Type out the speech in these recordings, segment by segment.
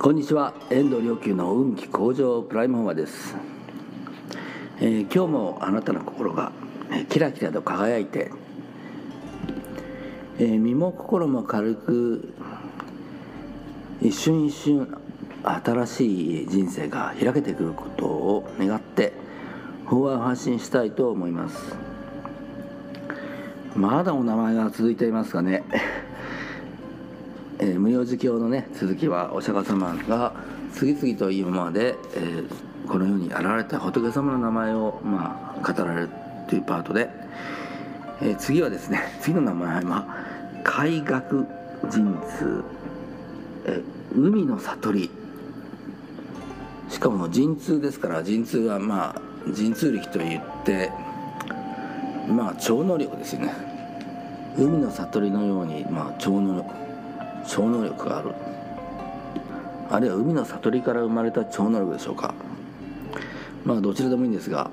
こんにちは、遠藤良久の運気向上プライムフォーマーです。今日もあなたの心がキラキラと輝いて、身も心も軽く一瞬一瞬新しい人生が開けてくることを願って法案を発信したいと思います。まだお名前が続いていますがね無料儒教のね続きはお釈迦様が次々と今まで、この世に現れた仏様の名前を、語られるというパートで、次はですね、次の名前は海岳神通、海の悟り。しかも神通ですから、神通は神通力といって超能力ですよね。海の悟りのように、超能力がある、あるいは海の悟りから生まれた超能力でしょうか。どちらでもいいんですが、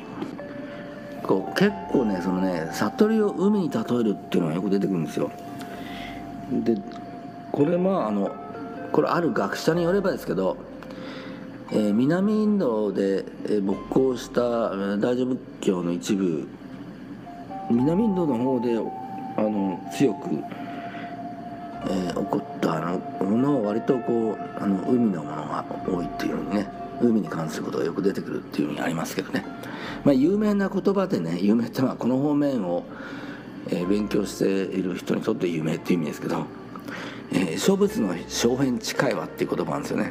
結構ねそのね悟りを海に例えるっていうのがよく出てくるんですよ。でこれこれある学者によればですけど、南インドで勃興した大乗仏教の一部、南インドの方で強く起こったものは割と海のものが多いっていうふうにね、海に関することがよく出てくるっていうふうにありますけどね。有名な言葉でね、有名ってのはこの方面を、勉強している人にとって有名っていう意味ですけど、諸仏の小辺近いわっていう言葉なんですよね。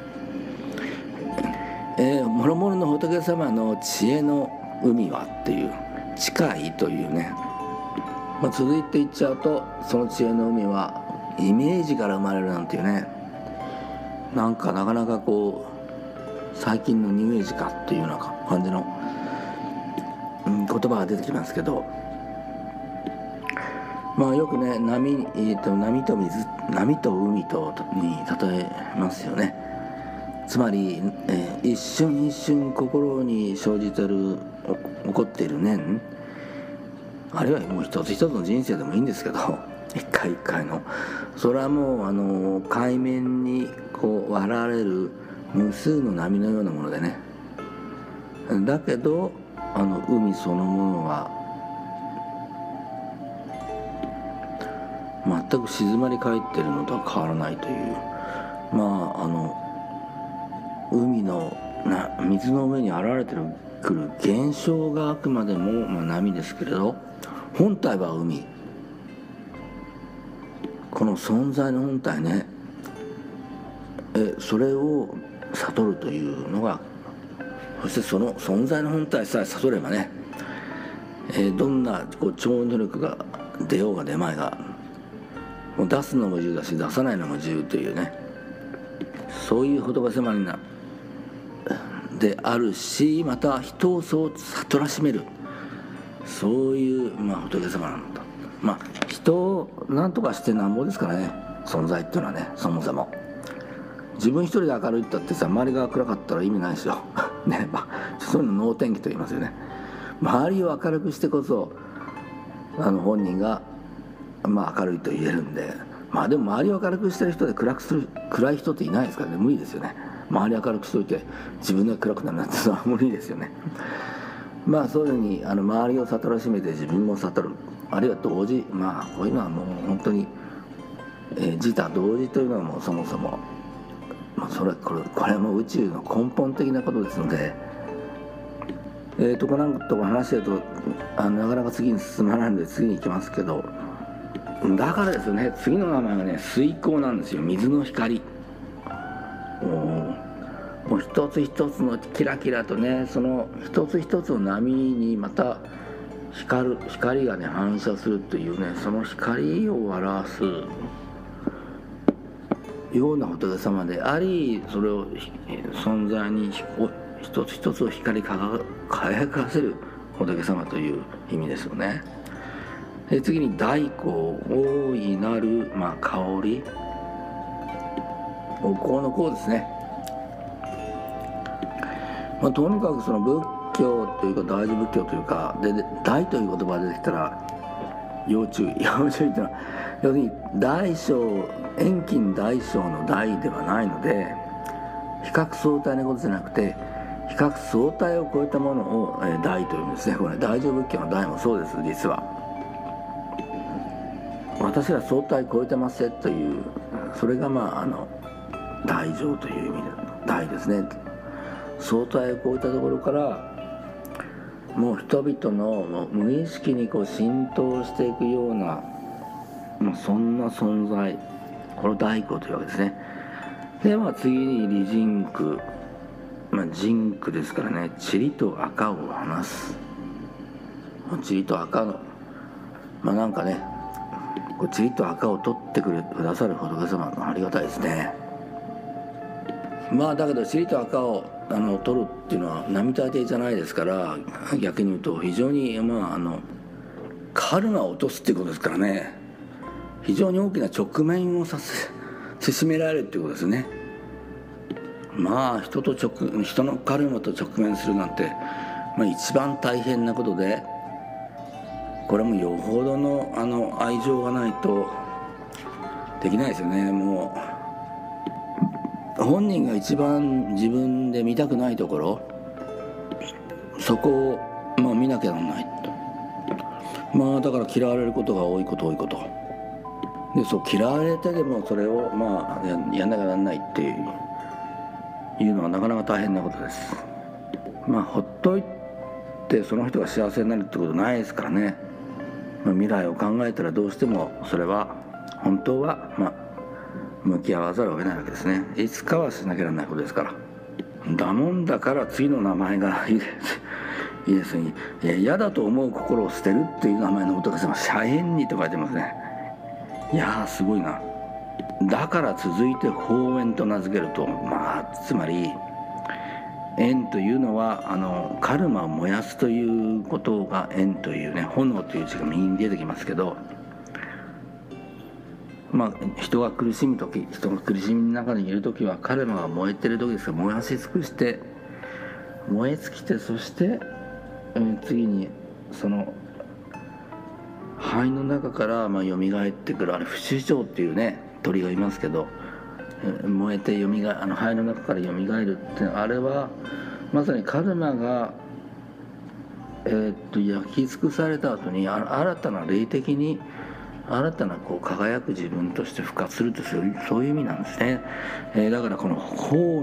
もろもろの仏様の知恵の海はっていう、近いというね、続いていっちゃうと、その知恵の海はイメージから生まれるなんていうね、なかなか最近のニューエイジかっていうような感じの、言葉が出てきますけど、よくね波と水、波と海とに例えますよね。つまり、一瞬一瞬心に生じてる起こっている念、あるいはもう一つ一つの人生でもいいんですけど、一回一回のそれはもう海面に割られる無数の波のようなものでね、だけど海そのものは全く静まり返っているのとは変わらないという、海の水の上に現れてくる現象があくまでも、波ですけれど、本体は海。この存在の本体ね、それを悟るというのが、そしてその存在の本体さえ悟ればね、どんな超能力が出ようが出まいが、もう出すのも自由だし出さないのも自由というね、そういう仏様にであるし、また人をそう悟らしめる、そういう仏様なんだ。人を何とかしてなんぼですからね、存在っていうのはね、そもそも自分一人で明るいったってさ、周りが暗かったら意味ないですよね。そういうの能天気と言いますよね。周りを明るくしてこそ本人が明るいと言えるんで、でも周りを明るくしてる人で暗い人っていないですからね、無理ですよね。周り明るくしといて自分が暗くなるなんてそれは無理ですよね。そういうふうに周りを悟らしめて自分も悟る、あるいは同時、こういうのはもう本当に、自他同時というのはもうそもそも、これはもう宇宙の根本的なことですので、なんとか話してるとなかなか次に進まないので次に行きますけど、だからですよね、次の名前はね水光なんですよ。水の光。もう一つ一つのキラキラとね、その一つ一つの波にまた光がね反射するというね、その光を表すような仏様であり、それを存在に一つ一つを光り輝かせる仏様という意味ですよね。で次に大光、大いなる、香り、お香の香ですね。とにかくその仏教というか大乗仏教というかで大という言葉が出てきたら要注意というのは、 要するに大小遠近大小の大ではないので、比較相対のことじゃなくて比較相対を超えたものを大というんですね。これ大乗仏教の大もそうです。実は私ら相対超えてますよという、それが大乗という意味で大ですね。相対を超えたところからもう人々の無意識に浸透していくような、そんな存在、これを大光というわけですね。で次に理人句、人句ですからね、塵と赤を話す。塵と赤のなんかね、塵と赤を取ってくださる仏様のありがたいですね。だけど塵と赤を取るっていうのは並大抵じゃないですから、逆に言うと非常にカルマを落とすっていうことですからね、非常に大きな直面をせしめられるっていうことですね。人のカルマと直面するなんて、一番大変なことで、これもよほどの愛情がないとできないですよね。もう本人が一番自分で見たくないところ、そこを見なきゃならないと。だから嫌われることが多いことで、嫌われてでもそれをやんなきゃならないっていうのはなかなか大変なことです。ほっといてその人が幸せになるってことないですからね。未来を考えたらどうしてもそれは本当は向き合わざるを得ないわけですね。いつかはしなきゃならないことですから。だもんだから次の名前がいいですね。嫌だと思う心を捨てるっていう名前の仏様、謝縁にと書いてますね。いやーすごいな。だから続いて法縁と名付けると、つまり縁というのはカルマを燃やすということが縁というね、炎という字が右に出てきますけど、人が苦しむ時、人が苦しみの中にいる時はカルマが燃えてる時ですから、燃やし尽くして燃え尽きて、そして次にその灰の中からよみがえってくる、不死鳥っていうね鳥がいますけど、燃えて灰の中からよみがえるって、あれはまさにカルマが焼き尽くされた後に新たな霊的に新たな輝く自分として復活すると、そういう意味なんですね。だからこの法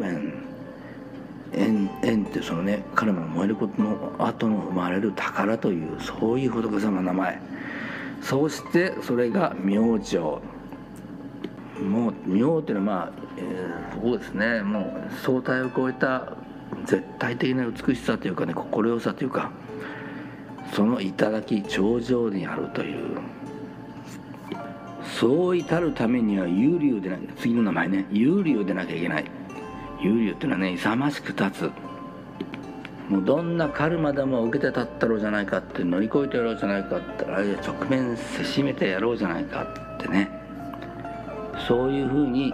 縁ってそのね、カルマが燃えることの後の生まれる宝という、そういう仏様の名前、そしてそれが明星。もう明っていうのはそうですね、もう相対を超えた絶対的な美しさというかね、心よさというか、その頂頂上にあるという、そう至るためには有龍で次の名前ね、有龍でなきゃいけない。有龍っていうのはね、勇ましく立つ。もうどんなカルマでも受けて立ったろうじゃないかって、乗り越えてやろうじゃないかって、あるいは直面せしめてやろうじゃないかってね、そういうふうに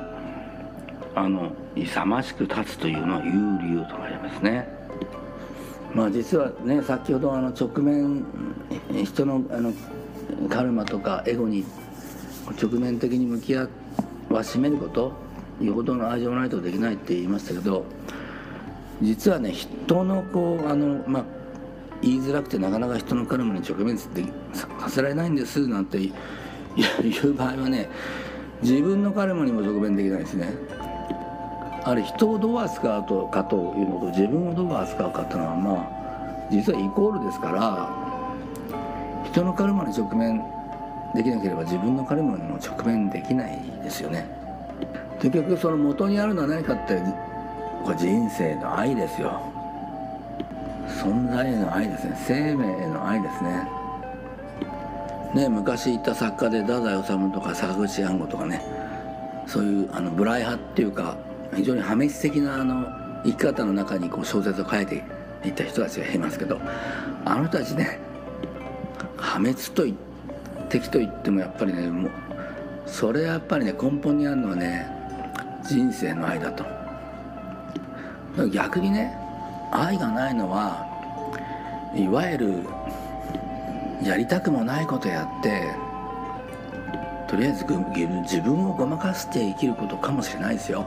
勇ましく立つというのは有龍となりますね。実はね、先ほど直面、人のカルマとかエゴに直面的に向き合わしめること、よほどの愛情ないとできないって言いましたけど、実はね、人の言いづらくてなかなか人のカルマに直面させられないんですなんていう場合はね、自分のカルマにも直面できないですね。あれ、人をどう扱うかというのと自分をどう扱うかというのは実はイコールですから、人のカルマに直面できなければ自分のカルマにも直面できないですよね。結局その元にあるのは何かって、これ人生の愛ですよ。存在への愛ですね。生命への愛ですね。昔いた作家で太宰治とか坂口安吾とかね、そういう無頼派っていうか非常に破滅的な生き方の中に小説を書いていった人たちがいますけど、あの人たちね、破滅的と言ってもやっぱりね、もうそれはやっぱりね、根本にあるのはね、人生の愛だと。逆にね、愛がないのはいわゆるやりたくもないことやってとりあえず自分をごまかして生きることかもしれないですよ。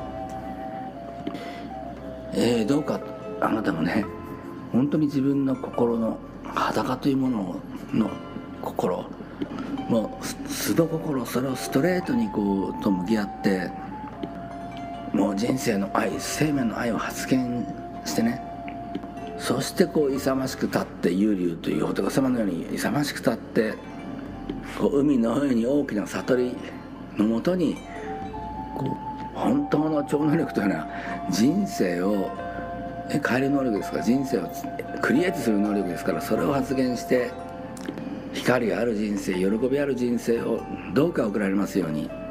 どうかあなたもね、本当に自分の心の裸というものの心、もう素の心、それをストレートにと向き合って、もう人生の愛、生命の愛を発見してね、そして勇ましく立って、幽霊という仏様のように勇ましく立って、海のように大きな悟りのもとに本当の超能力というのは人生を変える能力ですから、人生をクリエイトする能力ですから、それを発現して光ある人生、喜びある人生をどうか送られますように。